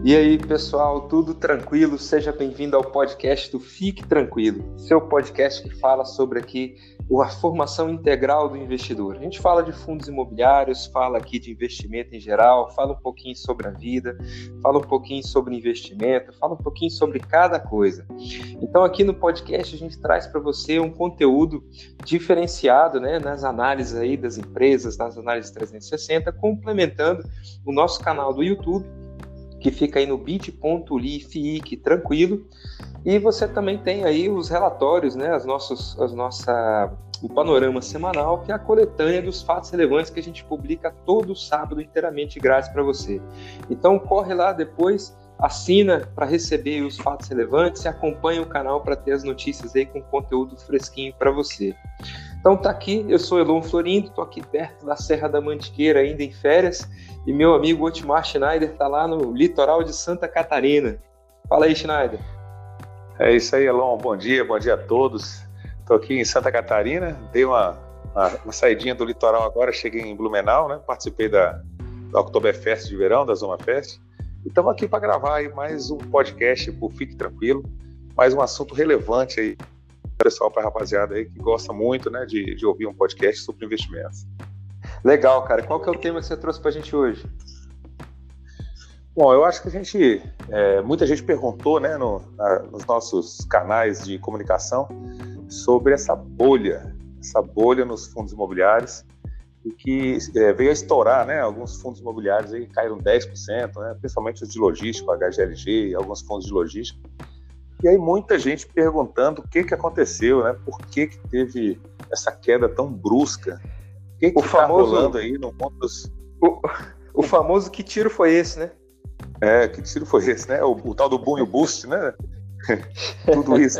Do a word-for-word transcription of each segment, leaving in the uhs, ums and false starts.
E aí, pessoal, tudo tranquilo? Seja bem-vindo ao podcast do Fique Tranquilo, seu podcast que fala sobre aqui a formação integral do investidor. A gente fala de fundos imobiliários, fala aqui de investimento em geral, fala um pouquinho sobre a vida, fala um pouquinho sobre investimento, fala um pouquinho sobre cada coisa. Então, aqui no podcast a gente traz para você um conteúdo diferenciado, né, nas análises aí das empresas, nas análises trezentos e sessenta, complementando o nosso canal do YouTube, que fica aí no bit ponto l y fique tranquilo, e você também tem aí os relatórios, né, as nossas, as nossa, o panorama semanal, que é a coletânea dos fatos relevantes que a gente publica todo sábado inteiramente grátis para você. Então corre lá depois, assina para receber os fatos relevantes e acompanha o canal para ter as notícias aí com conteúdo fresquinho para você. Então tá aqui, eu sou Elon Florindo, tô aqui perto da Serra da Mantiqueira, ainda em férias, e meu amigo Otmar Schneider tá lá no litoral de Santa Catarina. Fala aí, Schneider. É isso aí, Elon, bom dia, bom dia a todos. Tô aqui em Santa Catarina, dei uma, uma, uma saidinha do litoral agora, cheguei em Blumenau, né? Participei da, da Oktoberfest de verão, da Zona Fest, e estamos aqui para gravar aí mais um podcast por Fique Tranquilo, mais um assunto relevante aí, pessoal, para a rapaziada aí que gosta muito, né, de, de ouvir um podcast sobre investimentos. Legal, cara. Qual que é o tema que você trouxe para a gente hoje? Bom, eu acho que a gente, é, muita gente perguntou, né, no, na, nos nossos canais de comunicação sobre essa bolha, essa bolha nos fundos imobiliários, e que é, veio a estourar, né, alguns fundos imobiliários aí caíram dez por cento, né, principalmente os de logística, H G L G, alguns fundos de logística. E aí muita gente perguntando o que, que aconteceu, né? Por que, que teve essa queda tão brusca? O que, que o tá famoso, rolando aí no mundo dos... O, o famoso que tiro foi esse, né? É, que tiro foi esse, né? O, o tal do boom e o boost, né? Tudo isso.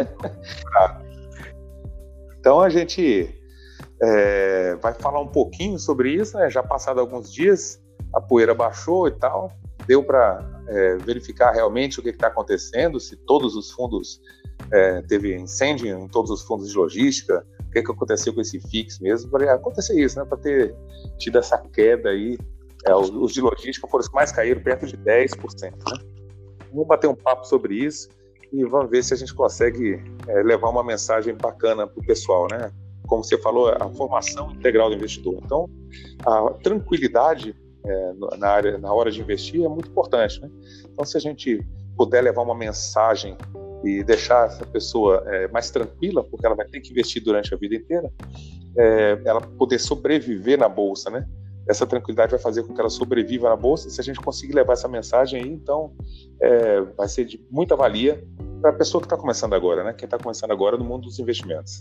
Então a gente é, vai falar um pouquinho sobre isso, né? Já passado alguns dias, a poeira baixou e tal, deu para é, verificar realmente o que está acontecendo, se todos os fundos, é, teve incêndio em todos os fundos de logística, o que, que aconteceu com esse F I X mesmo, para acontecer isso, né, para ter tido essa queda aí, é, os, os de logística foram os que mais caíram, perto de dez por cento, né? Vamos bater um papo sobre isso e vamos ver se a gente consegue é, levar uma mensagem bacana para o pessoal, né? Como você falou, a formação integral do investidor. Então, a tranquilidade É, na, área, na hora de investir é muito importante, né? Então, se a gente puder levar uma mensagem e deixar essa pessoa é, mais tranquila, porque ela vai ter que investir durante a vida inteira, é, ela poder sobreviver na bolsa, né? Essa tranquilidade vai fazer com que ela sobreviva na bolsa. Se a gente conseguir levar essa mensagem aí, então é, vai ser de muita valia para a pessoa que está começando agora, né? Quem está começando agora no mundo dos investimentos.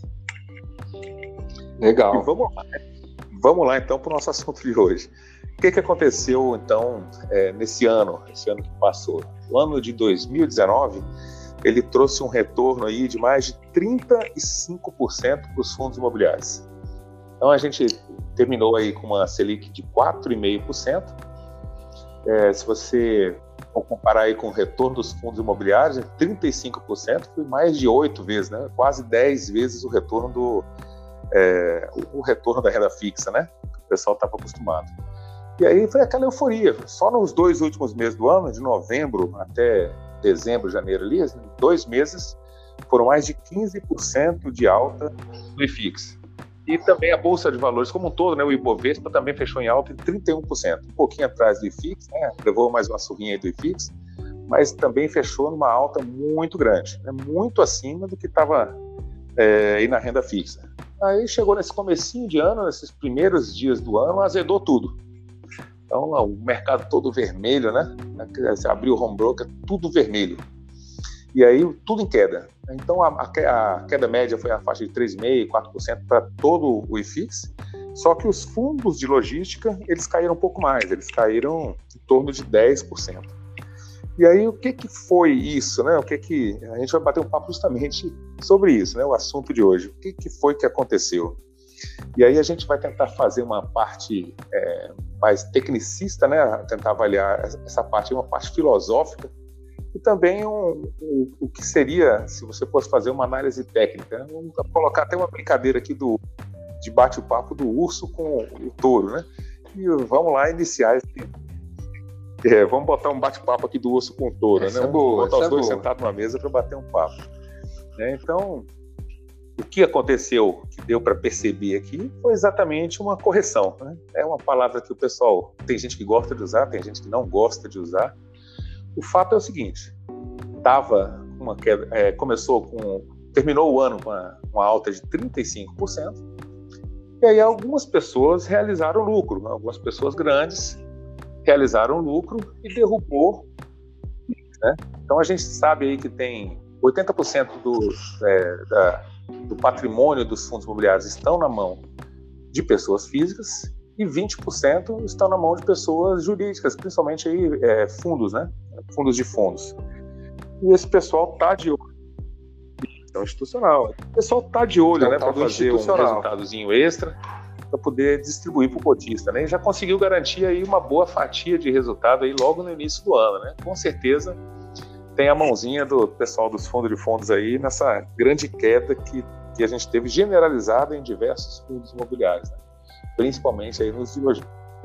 Legal. E vamos lá, né? Vamos lá então para o nosso assunto de hoje. O que, que aconteceu, então, é, nesse ano, esse ano que passou? O ano de dois mil e dezenove, ele trouxe um retorno aí de mais de trinta e cinco por cento para os fundos imobiliários. Então, a gente terminou aí com uma Selic de quatro vírgula cinco por cento. É, se você for comparar aí com o retorno dos fundos imobiliários, trinta e cinco por cento foi mais de oito vezes, né? Quase dez vezes o retorno, do, é, o retorno da renda fixa, né? O pessoal estava acostumado. E aí foi aquela euforia. Só nos dois últimos meses do ano, de novembro até dezembro, janeiro ali, dois meses, foram mais de quinze por cento de alta do I F I X. E também a Bolsa de Valores como um todo, né, o Ibovespa também fechou em alta em trinta e um por cento. Um pouquinho atrás do I F I X, né, levou mais uma surrinha aí do I F I X, mas também fechou numa alta muito grande, né, muito acima do que estava é, aí na renda fixa. Aí chegou nesse comecinho de ano, nesses primeiros dias do ano, azedou tudo. Então, o mercado todo vermelho, né? Você abriu o home broker, tudo vermelho. E aí, tudo em queda. Então, a, a queda média foi a faixa de três vírgula cinco por cento, quatro por cento para todo o I F I X. Só que os fundos de logística, eles caíram um pouco mais. Eles caíram em torno de dez por cento. E aí, o que, que foi isso, né? O que que... A gente vai bater um papo justamente sobre isso, né? O assunto de hoje. O que, que foi que aconteceu? E aí a gente vai tentar fazer uma parte é, mais tecnicista, né? Tentar avaliar essa parte, uma parte filosófica, e também um, um, o que seria, se você fosse fazer uma análise técnica, né? Vamos colocar até uma brincadeira aqui do, de bate-papo do urso com o touro, né? E vamos lá iniciar esse, É, vamos botar um bate-papo aqui do osso com touro, né? É boa, botar os é dois boa. sentados numa mesa para bater um papo. É, então, o que aconteceu, que deu para perceber aqui, foi exatamente uma correção. Né? É uma palavra que o pessoal, tem gente que gosta de usar, tem gente que não gosta de usar. O fato é o seguinte, tava uma queda, é, começou com, terminou o ano com uma, uma alta de trinta e cinco por cento, e aí algumas pessoas realizaram lucro, algumas pessoas grandes realizaram lucro e derrubou, né? Então a gente sabe aí que tem oitenta por cento do, é, da, do patrimônio dos fundos imobiliários estão na mão de pessoas físicas e vinte por cento estão na mão de pessoas jurídicas, principalmente aí, é, fundos, né? Fundos de fundos. E esse pessoal está de olho. Então, institucional. O pessoal está de olho, né, para fazer um resultadozinho extra para poder distribuir para o cotista, né? E já conseguiu garantir aí uma boa fatia de resultado aí logo no início do ano, né? Com certeza tem a mãozinha do pessoal dos fundos de fundos aí nessa grande queda que, que a gente teve generalizada em diversos fundos imobiliários, né? Principalmente aí nos de hoje.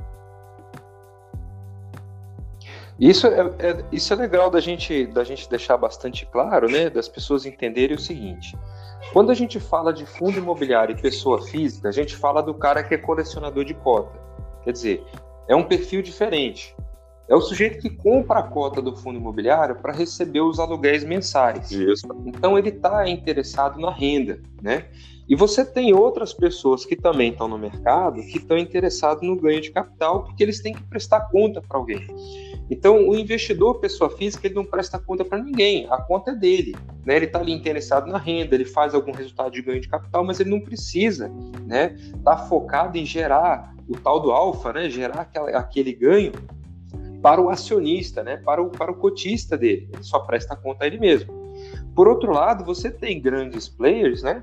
Isso é, é, isso é legal da gente, da gente deixar bastante claro, né? Das pessoas entenderem o seguinte: quando a gente fala de fundo imobiliário e pessoa física, a gente fala do cara que é colecionador de cota. Quer dizer, é um perfil diferente. É o sujeito que compra a cota do fundo imobiliário para receber os aluguéis mensais. Isso. Então ele está interessado na renda, né? E você tem outras pessoas que também estão no mercado que estão interessadas no ganho de capital porque eles têm que prestar conta para alguém. Então o investidor, pessoa física, ele não presta conta para ninguém, a conta é dele, né? Ele está ali interessado na renda, ele faz algum resultado de ganho de capital, mas ele não precisa, né? Tá focado em gerar o tal do alfa, né? Gerar aquela, aquele ganho para o acionista, né? Para o, para o cotista dele, ele só presta conta a ele mesmo. Por outro lado, você tem grandes players, né,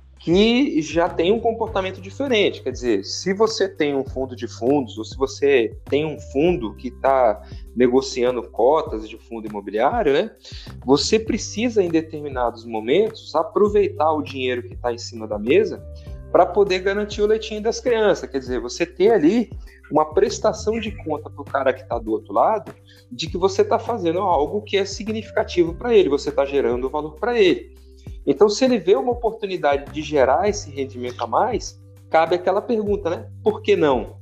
que já tem um comportamento diferente. Quer dizer, se você tem um fundo de fundos, ou se você tem um fundo que está negociando cotas de fundo imobiliário, né, você precisa, em determinados momentos, aproveitar o dinheiro que está em cima da mesa para poder garantir o leitinho das crianças. Quer dizer, você ter ali uma prestação de conta para o cara que está do outro lado, de que você está fazendo algo que é significativo para ele, você está gerando valor para ele. Então, se ele vê uma oportunidade de gerar esse rendimento a mais, cabe aquela pergunta, né? Por que não?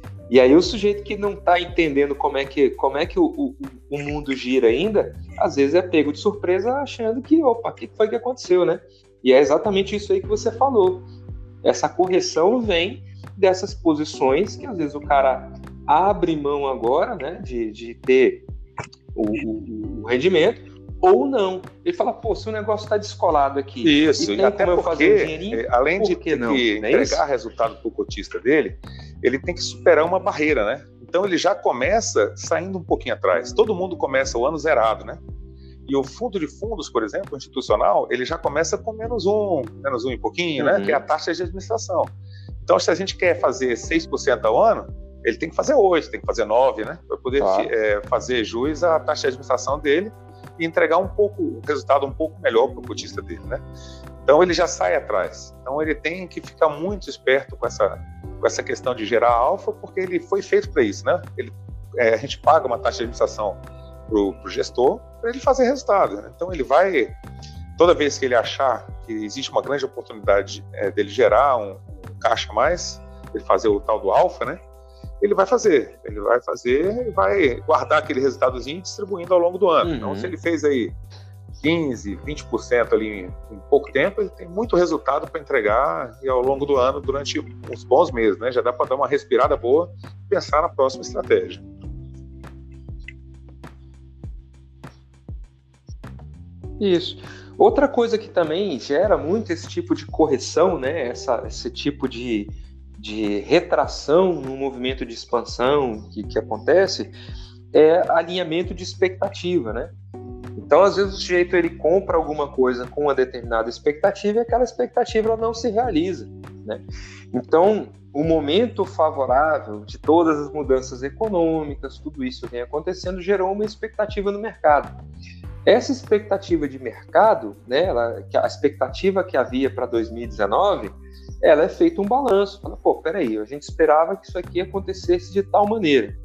E aí o sujeito que não está entendendo como é que, como é que o, o, o mundo gira ainda, às vezes é pego de surpresa achando que, opa, o que foi que aconteceu, né? E é exatamente isso aí que você falou. Essa correção vem dessas posições que às vezes o cara abre mão agora, né, de, de ter o, o, o rendimento, ou não. Ele fala, pô, se o negócio está descolado aqui, isso, e tem até como eu porque, fazer um dinheirinho, além de que ter não? que Não é entregar isso? resultado para o cotista dele, ele tem que superar uma barreira, né? Então ele já começa saindo um pouquinho atrás. Todo mundo começa o ano zerado, né? E o fundo de fundos, por exemplo, institucional, ele já começa com menos um, menos um e pouquinho, Uhum. né? Que é a taxa de administração. Então, se a gente quer fazer seis por cento ao ano, ele tem que fazer oito, tem que fazer nove, né? Para poder Tá. é, fazer jus à taxa de administração dele e entregar um pouco, um resultado um pouco melhor para o cotista dele, né? Então, ele já sai atrás. Então, ele tem que ficar muito esperto com essa, com essa questão de gerar alfa, porque ele foi feito para isso, né? Ele, é, a gente paga uma taxa de administração para o gestor para ele fazer resultado, né? Então, ele vai, toda vez que ele achar que existe uma grande oportunidade é, dele gerar um caixa a mais, ele fazer o tal do alfa, né? Ele vai fazer, ele vai fazer e vai guardar aquele resultadozinho distribuindo ao longo do ano. Uhum. Então, se ele fez aí quinze, vinte por cento ali em, em pouco tempo, ele tem muito resultado para entregar e ao longo do ano, durante uns bons meses, né? Já dá para dar uma respirada boa e pensar na próxima estratégia. Isso. Outra coisa que também gera muito esse tipo de correção, né? Essa, esse tipo de, de retração no movimento de expansão que, que acontece é alinhamento de expectativa, né? Então, às vezes, o sujeito ele compra alguma coisa com uma determinada expectativa e aquela expectativa ela não se realiza, né? Então, o momento favorável de todas as mudanças econômicas, tudo isso vem acontecendo, gerou uma expectativa no mercado. Essa expectativa de mercado, né, ela, a expectativa que havia para dois mil e dezenove, ela é feito um balanço. Fala, pô, peraí, a gente esperava que isso aqui acontecesse de tal maneira.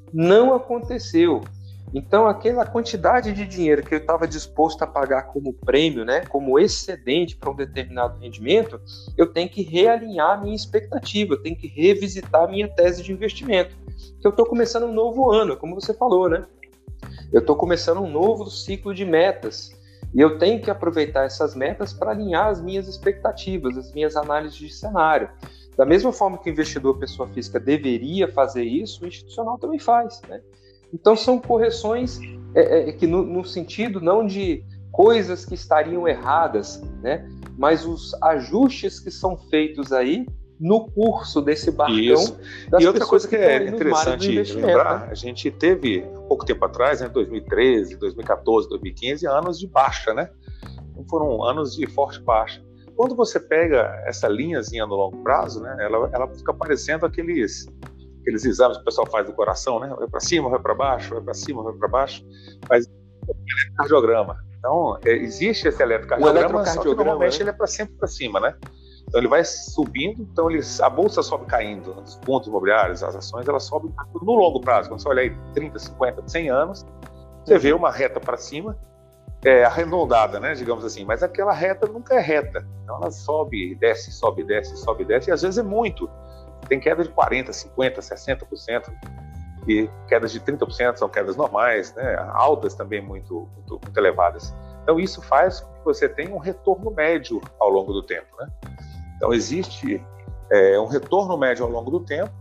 Não aconteceu. Então, aquela quantidade de dinheiro que eu estava disposto a pagar como prêmio, né, como excedente para um determinado rendimento, eu tenho que realinhar a minha expectativa, eu tenho que revisitar a minha tese de investimento. Porque eu estou começando um novo ano, como você falou, né? Eu estou começando um novo ciclo de metas. E eu tenho que aproveitar essas metas para alinhar as minhas expectativas, as minhas análises de cenário. Da mesma forma que o investidor pessoa física deveria fazer isso, o institucional também faz, né? Então, são correções é, é, que no, no sentido não de coisas que estariam erradas, né? Mas os ajustes que são feitos aí no curso desse barcão. Isso. Das e outra coisa que, que é interessante lembrar, né? A gente teve, pouco tempo atrás, né, dois mil e treze, dois mil e quatorze, dois mil e quinze, anos de baixa, né? Então, foram anos de forte baixa. Quando você pega essa linhazinha no longo prazo, né, ela, ela fica parecendo aqueles... aqueles exames que o pessoal faz do coração, né? Vai para cima, vai para baixo, vai para cima, vai para baixo, faz um eletrocardiograma. Então, é, existe esse eletrocardiograma, só que normalmente, né? Ele é para sempre para cima, né? Então, ele vai subindo, então ele, a bolsa sobe caindo, os fundos imobiliários, as ações, elas sobem no longo prazo. Quando você olha aí trinta, cinquenta, cem anos, você vê uma reta para cima, é, arredondada, né? Digamos assim, mas aquela reta nunca é reta. Então, ela sobe, desce, sobe, desce, sobe, desce, e às vezes é muito. Tem queda de quarenta por cento, cinquenta por cento, sessenta por cento, e quedas de trinta por cento são quedas normais, né? Altas também muito, muito, muito elevadas. Então, isso faz com que você tenha um retorno médio ao longo do tempo, né? Então, existe é, um retorno médio ao longo do tempo,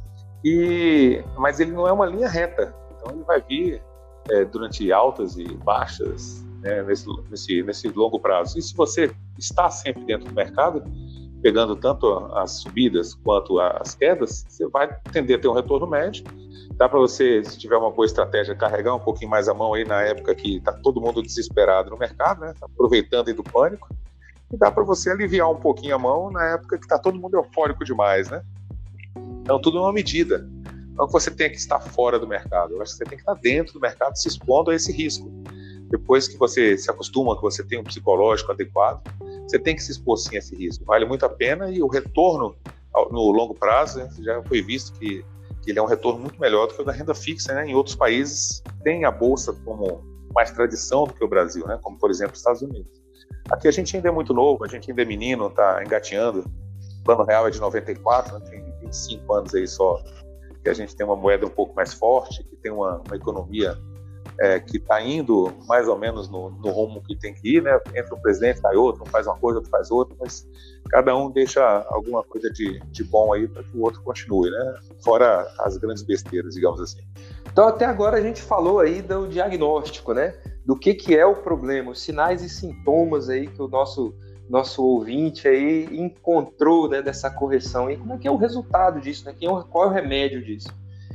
e, mas ele não é uma linha reta. Então, ele vai vir é, durante altas e baixas, né, nesse, nesse, nesse longo prazo. E se você está sempre dentro do mercado, pegando tanto as subidas quanto as quedas, você vai tender a ter um retorno médio. Dá para você, se tiver uma boa estratégia, carregar um pouquinho mais a mão aí na época que está todo mundo desesperado no mercado, né? Tá aproveitando aí do pânico. E dá para você aliviar um pouquinho a mão na época que está todo mundo eufórico demais, né? Então, tudo é uma medida. Não que você tenha que estar fora do mercado. Eu acho que você tem que estar dentro do mercado, se expondo a esse risco. Depois que você se acostuma, que você tem um psicológico adequado, você tem que se expor sim a esse risco. Vale muito a pena, e o retorno no longo prazo, né, já foi visto que, que ele é um retorno muito melhor do que o da renda fixa, né? Em outros países tem a bolsa como mais tradição do que o Brasil, né? Como por exemplo os Estados Unidos. Aqui a gente ainda é muito novo, a gente ainda é menino, está engateando. O plano real é de noventa e quatro, né? Tem vinte e cinco anos aí só que a gente tem uma moeda um pouco mais forte, que tem uma, uma economia É, que está indo mais ou menos no, no rumo que tem que ir, né? Entra um presidente, sai outro, um faz uma coisa, outro faz outra, mas cada um deixa alguma coisa de, de bom aí para que o outro continue, né? Fora as grandes besteiras, digamos assim. Então, até agora a gente falou aí do diagnóstico, né? Do que, que é o problema, os sinais e sintomas aí que o nosso, nosso ouvinte aí encontrou, né, dessa correção. E como é que é o resultado disso, né? Qual é o remédio disso?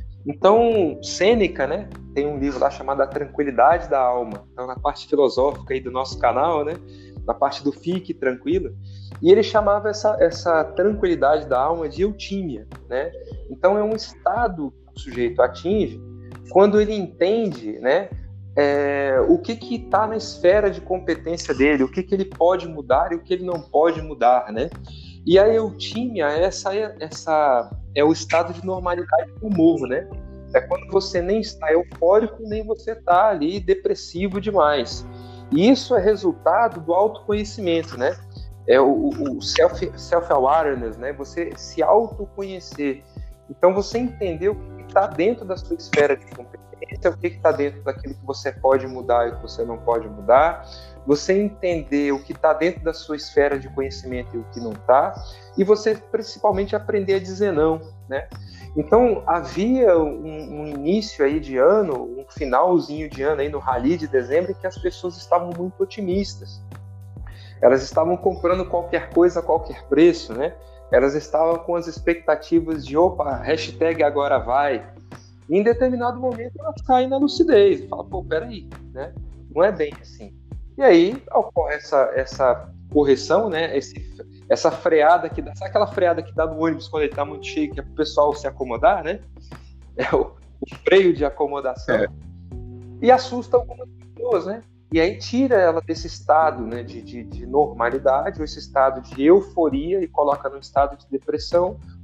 Então, Sêneca, né, tem um livro lá chamado A Tranquilidade da Alma. Então, na parte filosófica aí do nosso canal, né, na parte do Fique Tranquilo, e ele chamava essa, essa tranquilidade da alma de eutímia, né? Então, é um estado que o sujeito atinge quando ele entende, né, é, o que que está na esfera de competência dele, o que que ele pode mudar e o que ele não pode mudar, né? E a eutímia, essa, essa é o estado de normalidade do humor, né? É quando você nem está eufórico, nem você está ali depressivo demais. E isso é resultado do autoconhecimento, né? É o, o self, self-awareness, né? Você se autoconhecer. Então, você entender o que está dentro da sua esfera de competência, o que está dentro daquilo que você pode mudar e o que você não pode mudar, você entender o que está dentro da sua esfera de conhecimento e o que não está, e você principalmente aprender a dizer não, né? Então, havia um, um início aí de ano, um finalzinho de ano aí no rally de dezembro, que as pessoas estavam muito otimistas. Elas estavam comprando qualquer coisa a qualquer preço, né? Elas estavam com as expectativas de, opa, hashtag agora vai. E em determinado momento elas caem na lucidez. Fala, pô, peraí, né? Não é bem assim. E aí ocorre essa, essa correção, né? Esse, essa freada que dá. Sabe aquela freada que dá no ônibus quando ele está muito cheio, que é para o pessoal se acomodar, né? É o, o freio de acomodação. É. E assusta algumas pessoas, né? E aí tira ela desse estado, né, de, de, de normalidade, ou esse estado de euforia, e coloca num estado de depressão,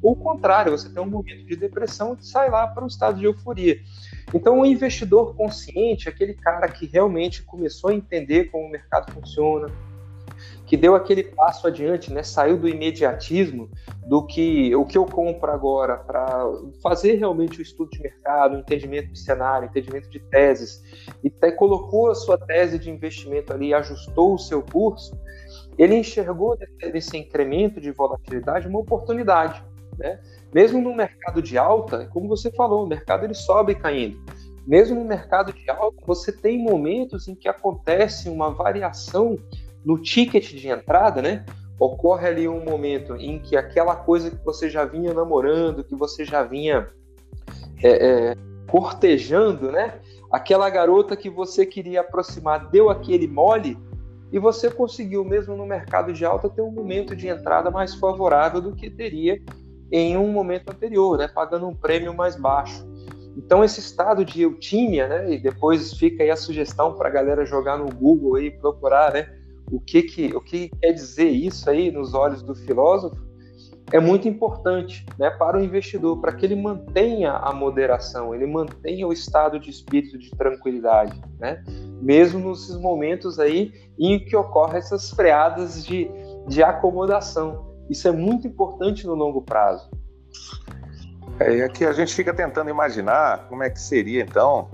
ou o contrário, você tem um momento de depressão e sai lá para um estado de euforia. Então, o investidor consciente é aquele cara que realmente começou a entender como o mercado funciona, que deu aquele passo adiante, né? Saiu do imediatismo do que o que eu compro agora para fazer realmente o estudo de mercado, o entendimento de cenário, entendimento de teses, e até colocou a sua tese de investimento ali e ajustou o seu curso. Ele enxergou nesse incremento de volatilidade uma oportunidade, né? Mesmo no mercado de alta, como você falou, o mercado ele sobe caindo. Mesmo no mercado de alta, você tem momentos em que acontece uma variação no ticket de entrada, né? Ocorre ali um momento em que aquela coisa que você já vinha namorando, que você já vinha é, é, cortejando, né? Aquela garota que você queria aproximar deu aquele mole e você conseguiu, mesmo no mercado de alta, ter um momento de entrada mais favorável do que teria em um momento anterior, né? Pagando um prêmio mais baixo. Então, esse estado de eutímia, né? E depois fica aí a sugestão para a galera jogar no Google e procurar, né? O que, que, o que quer dizer isso aí nos olhos do filósofo é muito importante, né, para o investidor, para que ele mantenha a moderação, ele mantenha o estado de espírito de tranquilidade, né, mesmo nesses momentos aí em que ocorrem essas freadas de, de acomodação. Isso é muito importante no longo prazo. É, e aqui a gente fica tentando imaginar como é que seria, então,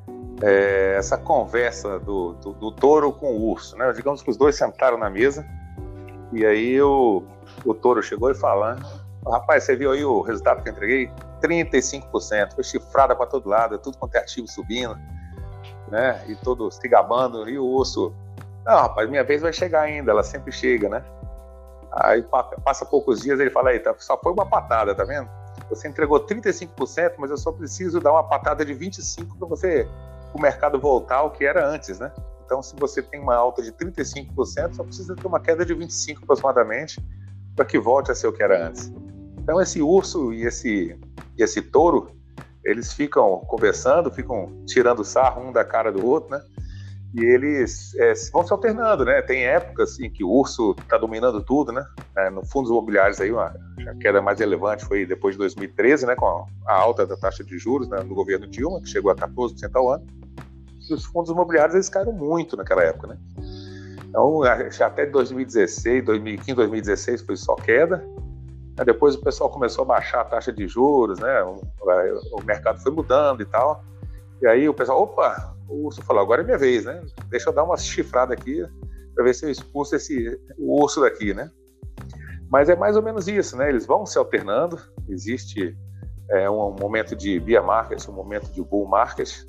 É, essa conversa do, do, do touro com o urso, né? Digamos que os dois sentaram na mesa e aí o, o touro chegou e falou: rapaz, você viu aí o resultado que eu entreguei? trinta e cinco por cento, foi chifrada para todo lado, tudo quanto é ativo subindo, né? E todos se gabando, e o urso: não, rapaz, minha vez vai chegar ainda, ela sempre chega, né? Aí passa poucos dias, ele fala: aí, tá, só foi uma patada, tá vendo? Você entregou trinta e cinco por cento, mas eu só preciso dar uma patada de vinte e cinco por cento para você, o mercado voltar ao que era antes, né? Então, se você tem uma alta de trinta e cinco por cento, só precisa ter uma queda de vinte e cinco por cento aproximadamente para que volte a ser o que era antes. Então, esse urso e esse, e esse touro, eles ficam conversando, ficam tirando sarro um da cara do outro, né? E eles é, vão se alternando, né? Tem épocas em que o urso está dominando tudo, né? É, no fundos imobiliários aí, uma, a queda mais relevante foi depois de dois mil e treze, né? Com a alta da taxa de juros, né, no governo Dilma, que chegou a quatorze por cento ao ano. E os fundos imobiliários, eles caíram muito naquela época, né? Então, até dois mil e dezesseis, dois mil e quinze, dois mil e dezesseis foi só queda. Depois o pessoal começou a baixar a taxa de juros, né? O, o mercado foi mudando e tal. E aí o pessoal, opa, o urso falou: agora é minha vez, né? Deixa eu dar uma chifrada aqui para ver se eu expulso esse, o urso daqui, né? Mas é mais ou menos isso, né? Eles vão se alternando. Existe é, um momento de bear market, um momento de bull market.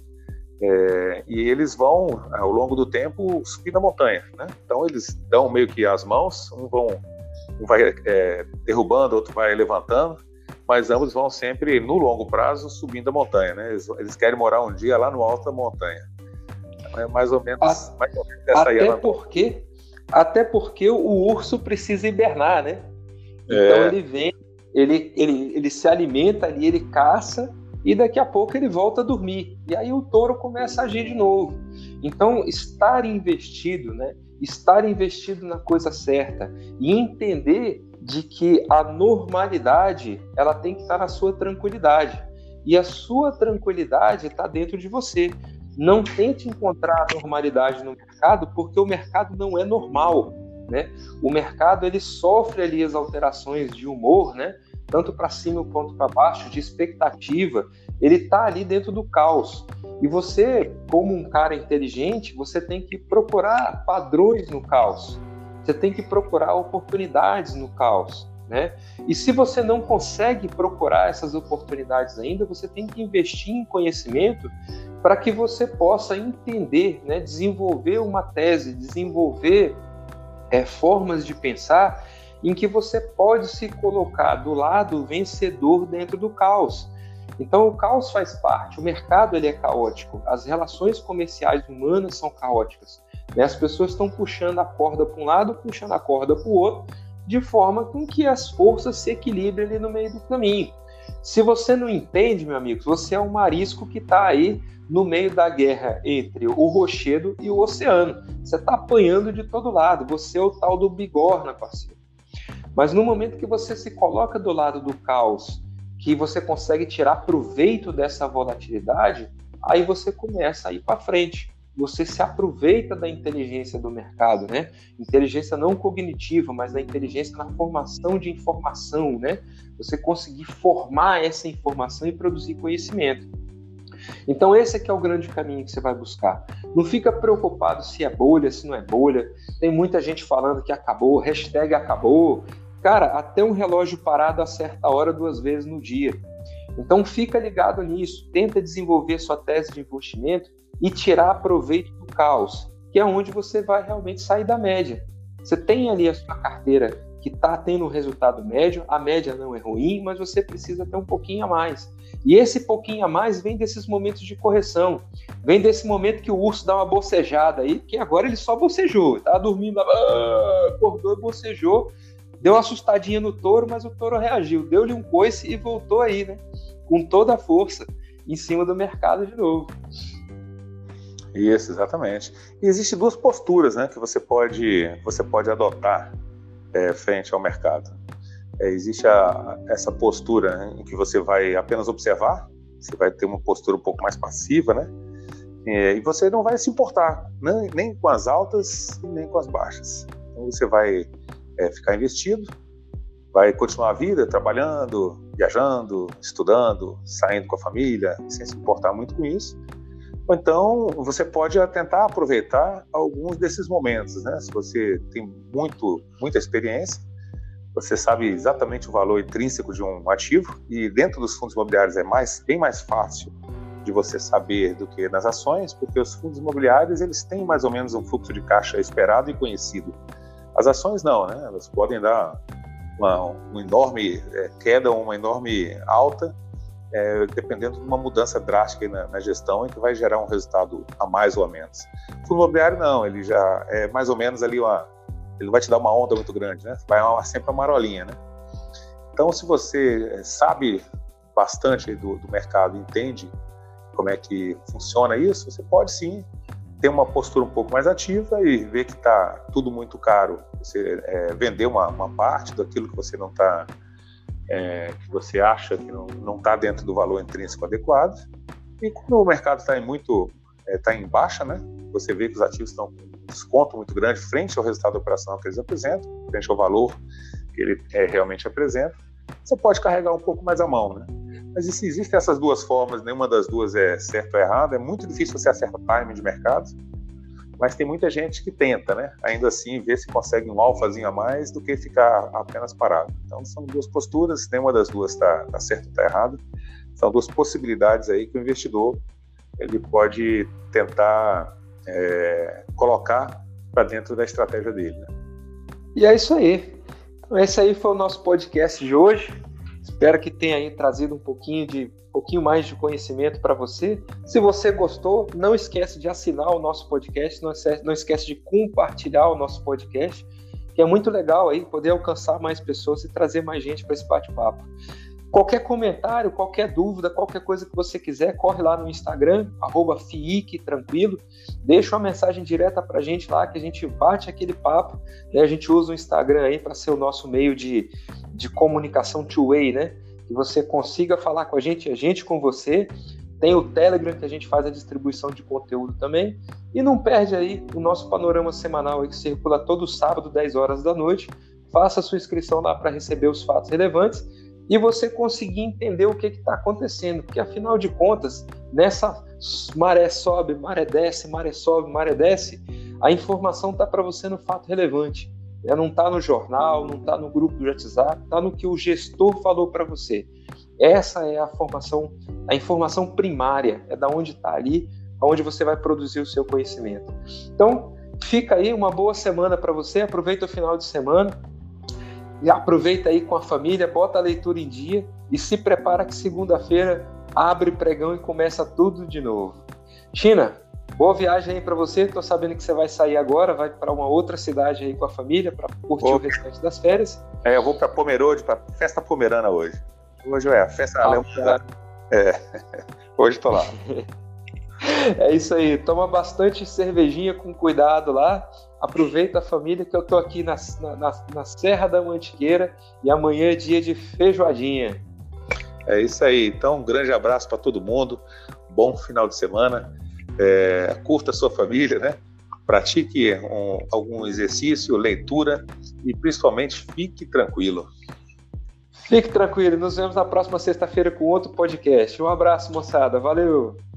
É, e eles vão, ao longo do tempo, subir na montanha, né? Então eles dão meio que as mãos, um, vão, um vai é, derrubando, outro vai levantando, mas ambos vão sempre, no longo prazo, subindo a montanha, né? Eles, eles querem morar um dia lá no alto da montanha. Então, é mais ou menos, a, mais ou menos essa até aí. Porque, até porque o urso precisa hibernar, né? Então é. ele vem, ele, ele, ele se alimenta ali, ele caça, e daqui a pouco ele volta a dormir. E aí o touro começa a agir de novo. Então, estar investido, né? Estar investido na coisa certa e entender de que a normalidade ela tem que estar na sua tranquilidade. E a sua tranquilidade está dentro de você. Não tente encontrar a normalidade no mercado, porque o mercado não é normal, né? O mercado ele sofre ali as alterações de humor, né? Tanto para cima quanto para baixo, de expectativa, ele está ali dentro do caos. E você, como um cara inteligente, você tem que procurar padrões no caos. Você tem que procurar oportunidades no caos, né? E se você não consegue procurar essas oportunidades ainda, você tem que investir em conhecimento para que você possa entender, né? Desenvolver uma tese, desenvolver é, formas de pensar em que você pode se colocar do lado vencedor dentro do caos. Então, o caos faz parte, o mercado ele é caótico, as relações comerciais humanas são caóticas, né? As pessoas estão puxando a corda para um lado, puxando a corda para o outro, de forma com que as forças se equilibrem ali no meio do caminho. Se você não entende, meu amigo, você é um marisco que está aí no meio da guerra entre o rochedo e o oceano. Você está apanhando de todo lado, você é o tal do bigorna, parceiro. Mas no momento que você se coloca do lado do caos, que você consegue tirar proveito dessa volatilidade, aí você começa a ir para frente. Você se aproveita da inteligência do mercado, né? Inteligência não cognitiva, mas da inteligência na formação de informação, né? Você conseguir formar essa informação e produzir conhecimento. Então esse aqui é o grande caminho que você vai buscar. Não fica preocupado se é bolha, se não é bolha. Tem muita gente falando que acabou, hashtag acabou. Cara, até um relógio parado acerta a hora duas vezes no dia. Então fica ligado nisso, tenta desenvolver sua tese de investimento e tirar proveito do caos, que é onde você vai realmente sair da média. Você tem ali a sua carteira que está tendo um resultado médio, a média não é ruim, mas você precisa ter um pouquinho a mais. E esse pouquinho a mais vem desses momentos de correção, vem desse momento que o urso dá uma bocejada aí, que agora ele só bocejou, estava dormindo, acordou e bocejou, deu uma assustadinha no touro, mas o touro reagiu, deu-lhe um coice e voltou aí, né? Com toda a força em cima do mercado de novo. Isso, exatamente. E existem duas posturas, né, que você pode, você pode adotar é, frente ao mercado. É, existe a, essa postura, né, em que você vai apenas observar, você vai ter uma postura um pouco mais passiva, né? É, e você não vai se importar, nem, nem com as altas nem com as baixas. Então você vai é, ficar investido, vai continuar a vida trabalhando, viajando, estudando, saindo com a família, sem se importar muito com isso. Ou então você pode tentar aproveitar alguns desses momentos, né? Se você tem muito, muita experiência, você sabe exatamente o valor intrínseco de um ativo, e dentro dos fundos imobiliários é mais, bem mais fácil de você saber do que nas ações, porque os fundos imobiliários eles têm mais ou menos um fluxo de caixa esperado e conhecido. As ações não, né? Elas podem dar uma, uma enorme é, queda, uma enorme alta, É, dependendo de uma mudança drástica na, na gestão, e que vai gerar um resultado a mais ou a menos. O fundo imobiliário não, ele já é mais ou menos ali, uma, ele vai te dar uma onda muito grande, né? Vai uma, sempre uma marolinha, né? Então, se você sabe bastante do, do mercado, entende como é que funciona isso, você pode sim ter uma postura um pouco mais ativa e ver que está tudo muito caro, você é, vender uma, uma parte daquilo que você não está É, que você acha que não está dentro do valor intrínseco adequado. E quando o mercado está em muito está é, em baixa, né, você vê que os ativos estão com um desconto muito grande frente ao resultado operacional que eles apresentam, frente ao valor que ele é, realmente apresenta, você pode carregar um pouco mais a mão, né? Mas se existem essas duas formas, nenhuma das duas é certa ou errada, é muito difícil você acertar timing de mercado, mas tem muita gente que tenta, né? Ainda assim, ver se consegue um alfazinho a mais do que ficar apenas parado. Então, são duas posturas, nenhuma das duas está tá certa ou está errada. São duas possibilidades aí que o investidor ele pode tentar é, colocar para dentro da estratégia dele, né? E é isso aí. Então, esse aí foi o nosso podcast de hoje. Espero que tenha aí trazido um pouquinho de um pouquinho mais de conhecimento para você. Se você gostou, não esquece de assinar o nosso podcast, não esquece, não esquece de compartilhar o nosso podcast, que é muito legal aí poder alcançar mais pessoas e trazer mais gente para esse bate-papo. Qualquer comentário, qualquer dúvida, qualquer coisa que você quiser, corre lá no Instagram, arroba fique tranquilo, deixa uma mensagem direta para a gente lá, que a gente bate aquele papo, né? A gente usa o Instagram aí para ser o nosso meio de, de comunicação two-way, né? Que você consiga falar com a gente, a gente com você. Tem o Telegram, que a gente faz a distribuição de conteúdo também. E não perde aí o nosso panorama semanal aí, que circula todo sábado, dez horas da noite. Faça a sua inscrição lá para receber os fatos relevantes e você conseguir entender o que está acontecendo. Porque, afinal de contas, nessa maré sobe, maré desce, maré sobe, maré desce, a informação está para você no fato relevante. Não está no jornal, não está no grupo do WhatsApp, está no que o gestor falou para você. Essa é a formação, a informação primária, é da onde está ali, onde você vai produzir o seu conhecimento. Então, fica aí uma boa semana para você, aproveita o final de semana, e aproveita aí com a família, bota a leitura em dia e se prepara que segunda-feira abre pregão e começa tudo de novo. China, boa viagem aí para você. Estou sabendo que você vai sair agora, vai para uma outra cidade aí com a família para curtir Opa. o restante das férias. É, eu vou para Pomerode, para festa pomerana hoje. Hoje é a festa ah, alemã. É. Hoje estou lá. É isso aí, toma bastante cervejinha com cuidado lá, aproveita a família que eu tô aqui na, na, na Serra da Mantiqueira e amanhã é dia de feijoadinha. É isso aí, então um grande abraço para todo mundo, bom final de semana, é, curta a sua família, né? Pratique um, algum exercício, leitura e principalmente fique tranquilo. Fique tranquilo, nos vemos na próxima sexta-feira com outro podcast. Um abraço, moçada, valeu!